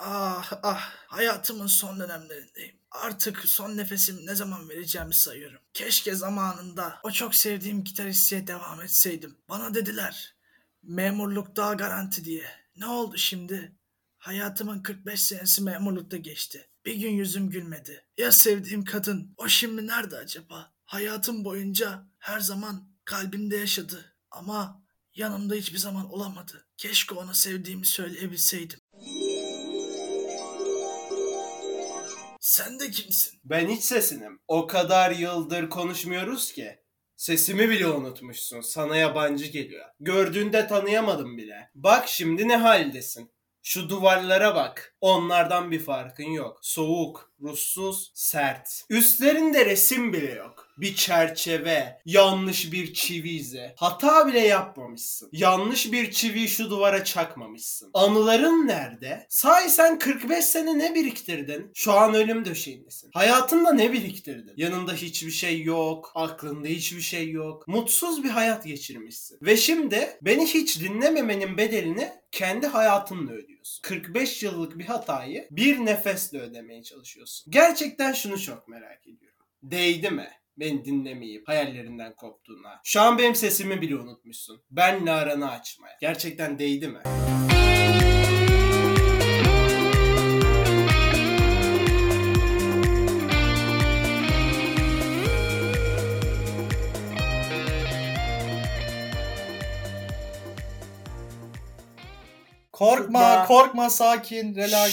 Ah ah, hayatımın son dönemlerindeyim. Artık son nefesimi ne zaman vereceğimi sayıyorum. Keşke zamanında o çok sevdiğim gitaristçiye devam etseydim. Bana dediler, memurluk daha garanti diye. Ne oldu şimdi? Hayatımın 45 senesi memurlukta geçti. Bir gün yüzüm gülmedi. Ya sevdiğim kadın, o şimdi nerede acaba? Hayatım boyunca her zaman kalbimde yaşadı. Ama yanımda hiçbir zaman olamadı. Keşke ona sevdiğimi söyleyebilseydim. Sen de kimsin? Ben hiç sesinim. O kadar yıldır konuşmuyoruz ki. Sesimi bile unutmuşsun. Sana yabancı geliyor. Gördüğünde tanıyamadım bile. Bak şimdi ne haldesin. Şu duvarlara bak. Onlardan bir farkın yok. Soğuk, ruhsuz, sert. Üstlerinde resim bile yok. Bir çerçeve, yanlış bir çivi izi. Hata bile yapmamışsın. Yanlış bir çiviyi şu duvara çakmamışsın. Anıların nerede? Sahi sen 45 sene ne biriktirdin? Şu an ölüm döşeğindesin. Hayatında ne biriktirdin? Yanında hiçbir şey yok. Aklında hiçbir şey yok. Mutsuz bir hayat geçirmişsin. Ve şimdi beni hiç dinlememenin bedelini kendi hayatınla ödüyorsun. 45 yıllık bir hatayı bir nefesle ödemeye çalışıyorsun. Gerçekten şunu çok merak ediyorum. Değdi mi? Beni dinlemeyip hayallerinden koptuğuna. Şu an benim sesimi bile unutmuşsun. Benle aranı açmaya. Gerçekten değdi mi? Korkma, korkma, sakin, relax.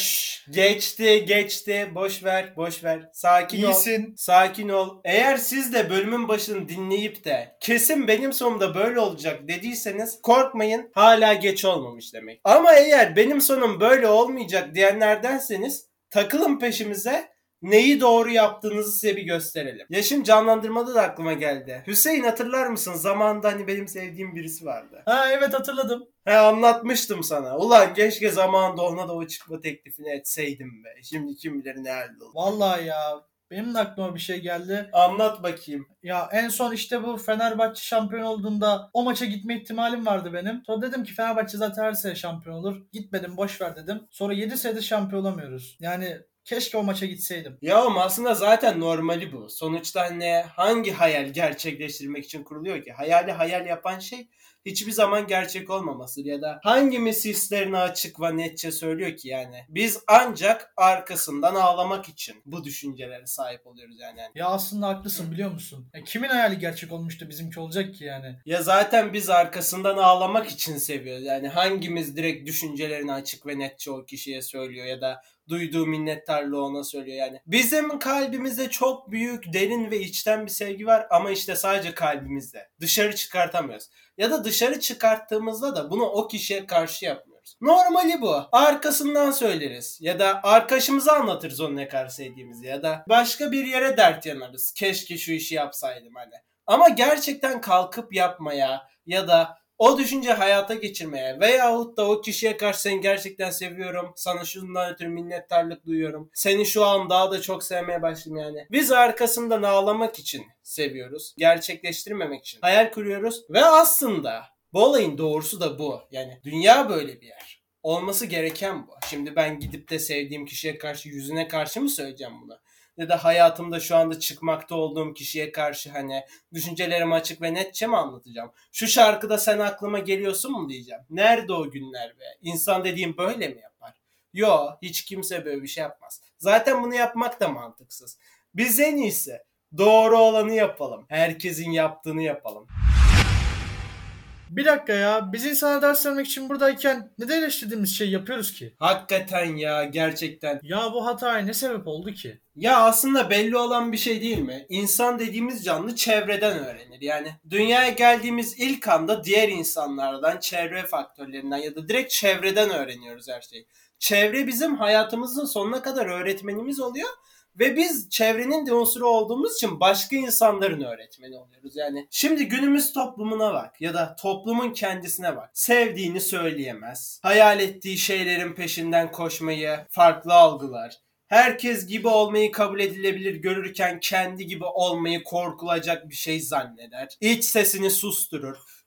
Geçti. Boş ver. Sakin ol. İyisin. Sakin ol. Eğer siz de bölümün başını dinleyip de kesin benim sonumda böyle olacak dediyseniz korkmayın, hala geç olmamış demek. Ama eğer benim sonum böyle olmayacak diyenlerdenseniz takılın peşimize. Neyi doğru yaptığınızı size bir gösterelim. Ya şimdi canlandırmada da aklıma geldi. Hüseyin, hatırlar mısın? Zamanında hani benim sevdiğim birisi vardı. Ha, evet, hatırladım. Anlatmıştım sana. Ulan keşke zamanında ona da o çıkma teklifini etseydim be. Şimdi kim bilir ne halde olur. Vallahi ya, benim de aklıma bir şey geldi. Anlat bakayım. Ya en son işte bu Fenerbahçe şampiyon olduğunda o maça gitme ihtimalim vardı benim. Sonra dedim ki Fenerbahçe zaten her sene şampiyon olur. Gitmedim, boş ver dedim. Sonra 7 senedir şampiyon olamıyoruz. Yani keşke o maça gitseydim. Ya ama aslında zaten normali bu. Sonuçta hani hangi hayal gerçekleştirmek için kuruluyor ki? Hayali hayal yapan şey hiçbir zaman gerçek olmamasıdır ya da hangimiz hislerini açık ve netçe söylüyor ki yani. Biz ancak arkasından ağlamak için bu düşüncelere sahip oluyoruz yani. Ya aslında haklısın, biliyor musun? Kimin hayali gerçek olmuştu bizimki olacak ki yani? Ya zaten biz arkasından ağlamak için seviyoruz. Yani hangimiz direkt düşüncelerini açık ve netçe o kişiye söylüyor ya da duyduğu minnettarlığı ona söylüyor yani. Bizim kalbimizde çok büyük, derin ve içten bir sevgi var ama işte sadece kalbimizde. Dışarı çıkartamıyoruz. Ya da dışarı çıkarttığımızda da bunu o kişiye karşı yapmıyoruz. Normali bu. Arkasından söyleriz. Ya da arkadaşımıza anlatırız onu ne kadar sevdiğimizi. Ya da başka bir yere dert yanarız. Keşke şu işi yapsaydım hani. Ama gerçekten kalkıp yapmaya ya da o düşünce hayata geçirmeye veyahut da o kişiye karşı seni gerçekten seviyorum, sana şundan ötürü minnettarlık duyuyorum, seni şu an daha da çok sevmeye başladım yani. Biz arkasından ağlamak için seviyoruz, gerçekleştirmemek için hayal kuruyoruz ve aslında bu olayın doğrusu da bu. Yani dünya böyle bir yer. Olması gereken bu. Şimdi ben gidip de sevdiğim kişiye karşı yüzüne karşı mı söyleyeceğim bunu? Ya da hayatımda şu anda çıkmakta olduğum kişiye karşı hani düşüncelerimi açık ve netçe mi anlatacağım? Şu şarkıda sen aklıma geliyorsun mu diyeceğim. Nerede o günler be? İnsan dediğim böyle mi yapar? Yo, hiç kimse böyle bir şey yapmaz. Zaten bunu yapmak da mantıksız. Biz en iyisi doğru olanı yapalım. Herkesin yaptığını yapalım. Bir dakika ya, biz insana ders vermek için buradayken neden eleştirdiğimiz şeyi yapıyoruz ki? Hakikaten ya, gerçekten. Ya bu hataya ne sebep oldu ki? Ya aslında belli olan bir şey değil mi? İnsan dediğimiz canlı çevreden öğrenir. Yani dünyaya geldiğimiz ilk anda diğer insanlardan, çevre faktörlerinden ya da direkt çevreden öğreniyoruz her şeyi. Çevre bizim hayatımızın sonuna kadar öğretmenimiz oluyor. Ve biz çevrenin de unsuru olduğumuz için başka insanların öğretmeni oluyoruz. Yani şimdi günümüz toplumuna bak ya da toplumun kendisine bak. Sevdiğini söyleyemez. Hayal ettiği şeylerin peşinden koşmayı farklı algılar. Herkes gibi olmayı kabul edilebilir görürken kendi gibi olmayı korkulacak bir şey zanneder. İç sesini susturur.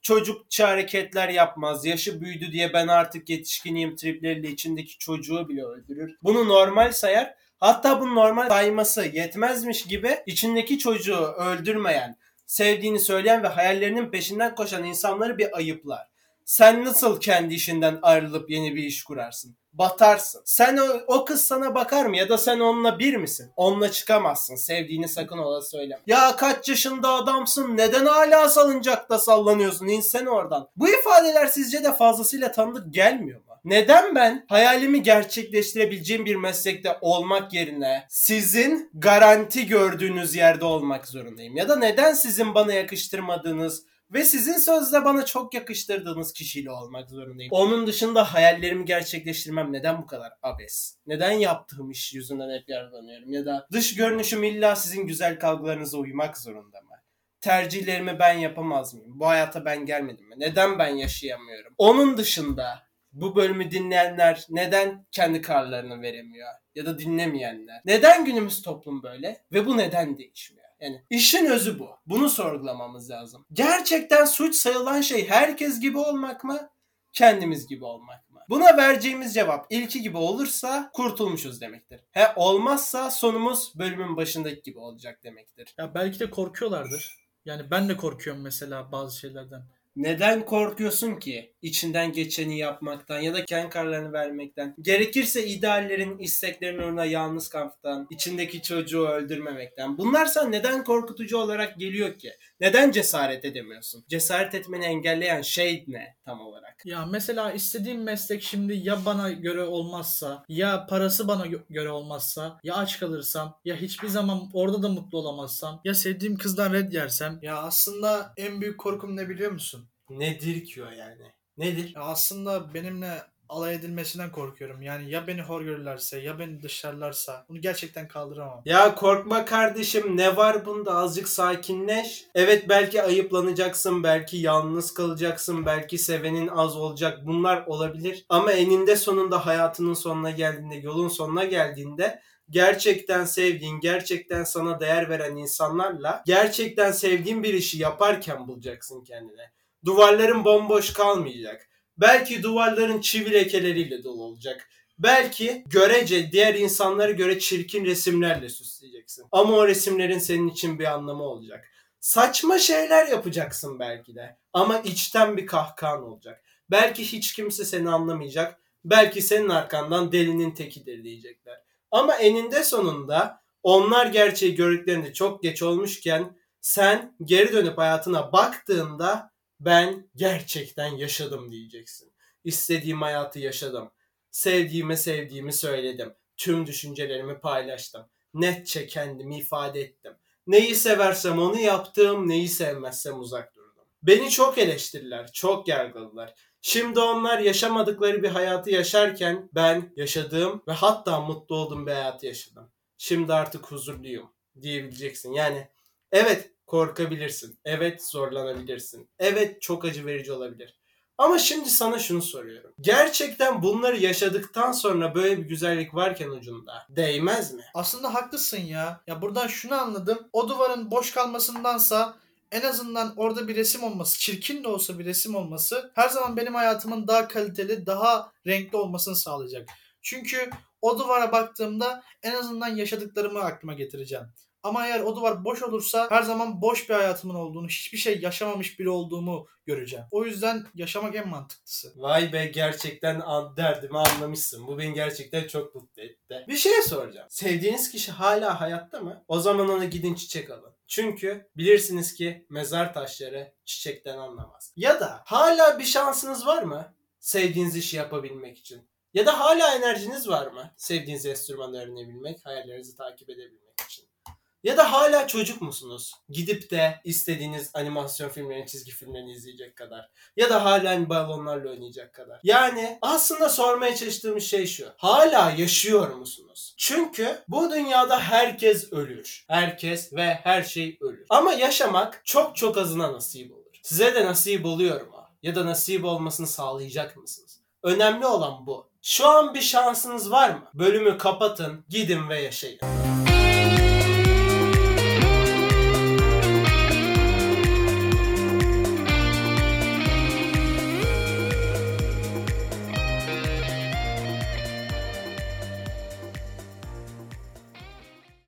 çocukça hareketler yapmaz. Yaşı büyüdü diye ben artık yetişkiniyim tripleriyle içindeki çocuğu bile öldürür. Bunu normal sayar. Hatta bu normal sayması yetmezmiş gibi içindeki çocuğu öldürmeyen, sevdiğini söyleyen ve hayallerinin peşinden koşan insanları bir ayıplar. Sen nasıl kendi işinden ayrılıp yeni bir iş kurarsın? Batarsın. Sen o kız sana bakar mı? Ya da sen onunla bir misin? Onunla çıkamazsın. Sevdiğini sakın ola söyleme. Ya kaç yaşında adamsın? Neden hala salıncakta sallanıyorsun? İnsene oradan. Bu ifadeler sizce de fazlasıyla tanıdık gelmiyor mu? Neden ben hayalimi gerçekleştirebileceğim bir meslekte olmak yerine sizin garanti gördüğünüz yerde olmak zorundayım? Ya da neden sizin bana yakıştırmadığınız ve sizin sözde bana çok yakıştırdığınız kişiyle olmak zorundayım? Onun dışında hayallerimi gerçekleştirmem neden bu kadar abes? Neden yaptığım iş yüzünden hep yargılanıyorum? Ya da dış görünüşüm illa sizin güzel kavgalarınıza uymak zorunda mı? Tercihlerimi ben yapamaz mıyım? Bu hayata ben gelmedim mi? Neden ben yaşayamıyorum? Onun dışında bu bölümü dinleyenler neden kendi kararlarını veremiyor? Ya da dinlemeyenler. Neden günümüz toplum böyle? Ve bu neden değişmiyor? Yani işin özü bu. Bunu sorgulamamız lazım. Gerçekten suç sayılan şey herkes gibi olmak mı? Kendimiz gibi olmak mı? Buna vereceğimiz cevap ilki gibi olursa kurtulmuşuz demektir. Olmazsa sonumuz bölümün başındaki gibi olacak demektir. Ya belki de korkuyorlardır. Yani ben de korkuyorum mesela bazı şeylerden. Neden korkuyorsun ki? İçinden geçeni yapmaktan ya da kendi kararlarını vermekten. Gerekirse ideallerin, isteklerin uğruna yalnız kalmaktan, içindeki çocuğu öldürmemekten. Bunlar sana neden korkutucu olarak geliyor ki? Neden cesaret edemiyorsun? Cesaret etmeni engelleyen şey ne tam olarak? Ya mesela istediğim meslek şimdi ya bana göre olmazsa, ya parası bana göre olmazsa, ya aç kalırsam, ya hiçbir zaman orada da mutlu olamazsam, ya sevdiğim kızdan red yersem. Ya aslında en büyük korkum ne biliyor musun? Nedir ki o yani? Nedir? Ya aslında benimle alay edilmesinden korkuyorum. Yani ya beni hor görürlerse, ya beni dışlarlarsa bunu gerçekten kaldıramam. Ya korkma kardeşim, ne var bunda, azıcık sakinleş. Evet, belki ayıplanacaksın, belki yalnız kalacaksın, belki sevenin az olacak, bunlar olabilir. Ama eninde sonunda hayatının sonuna geldiğinde, yolun sonuna geldiğinde gerçekten sevdiğin, gerçekten sana değer veren insanlarla gerçekten sevdiğin bir işi yaparken bulacaksın kendine. Duvarların bomboş kalmayacak. Belki duvarların çivi lekeleriyle dolu olacak. Belki görece diğer insanlara göre çirkin resimlerle süsleyeceksin. Ama o resimlerin senin için bir anlamı olacak. Saçma şeyler yapacaksın belki de. Ama içten bir kahkahan olacak. Belki hiç kimse seni anlamayacak. Belki senin arkandan delinin tekidir diyecekler. Ama eninde sonunda onlar gerçeği gördüklerinde çok geç olmuşken sen geri dönüp hayatına baktığında ben gerçekten yaşadım diyeceksin. İstediğim hayatı yaşadım. Sevdiğimi söyledim. Tüm düşüncelerimi paylaştım. Netçe kendimi ifade ettim. Neyi seversem onu yaptım, neyi sevmezsem uzak durdum. Beni çok eleştirdiler, çok yargıladılar. Şimdi onlar yaşamadıkları bir hayatı yaşarken ben yaşadığım ve hatta mutlu olduğum bir hayatı yaşadım. Şimdi artık huzurluyum diyebileceksin. Yani evet, korkabilirsin. Evet, zorlanabilirsin. Evet, çok acı verici olabilir. Ama şimdi sana şunu soruyorum. Gerçekten bunları yaşadıktan sonra böyle bir güzellik varken ucunda değmez mi? Aslında haklısın ya. Ya buradan şunu anladım. O duvarın boş kalmasındansa en azından orada bir resim olması, çirkin de olsa bir resim olması her zaman benim hayatımın daha kaliteli, daha renkli olmasını sağlayacak. Çünkü o duvara baktığımda en azından yaşadıklarımı aklıma getireceğim. Ama eğer o duvar boş olursa her zaman boş bir hayatımın olduğunu, hiçbir şey yaşamamış biri olduğumu göreceğim. O yüzden yaşamak en mantıklısı. Vay be, gerçekten derdimi anlamışsın. Bu beni gerçekten çok mutlu etti. Bir şey soracağım. Sevdiğiniz kişi hala hayatta mı? O zaman ona gidin çiçek alın. Çünkü bilirsiniz ki mezar taşları çiçekten anlamaz. Ya da hala bir şansınız var mı sevdiğiniz işi yapabilmek için? Ya da hala enerjiniz var mı sevdiğiniz enstrümanı öğrenebilmek, hayallerinizi takip edebilmek için? Ya da hala çocuk musunuz? Gidip de istediğiniz animasyon filmlerini, çizgi filmlerini izleyecek kadar. Ya da hala balonlarla oynayacak kadar. Yani aslında sormaya çalıştığımız şey şu. Hala yaşıyor musunuz? Çünkü bu dünyada herkes ölür. Herkes ve her şey ölür. Ama yaşamak çok çok azına nasip olur. Size de nasip oluyor mu? Ya da nasip olmasını sağlayacak mısınız? Önemli olan bu. Şu an bir şansınız var mı? Bölümü kapatın, gidin ve yaşayın.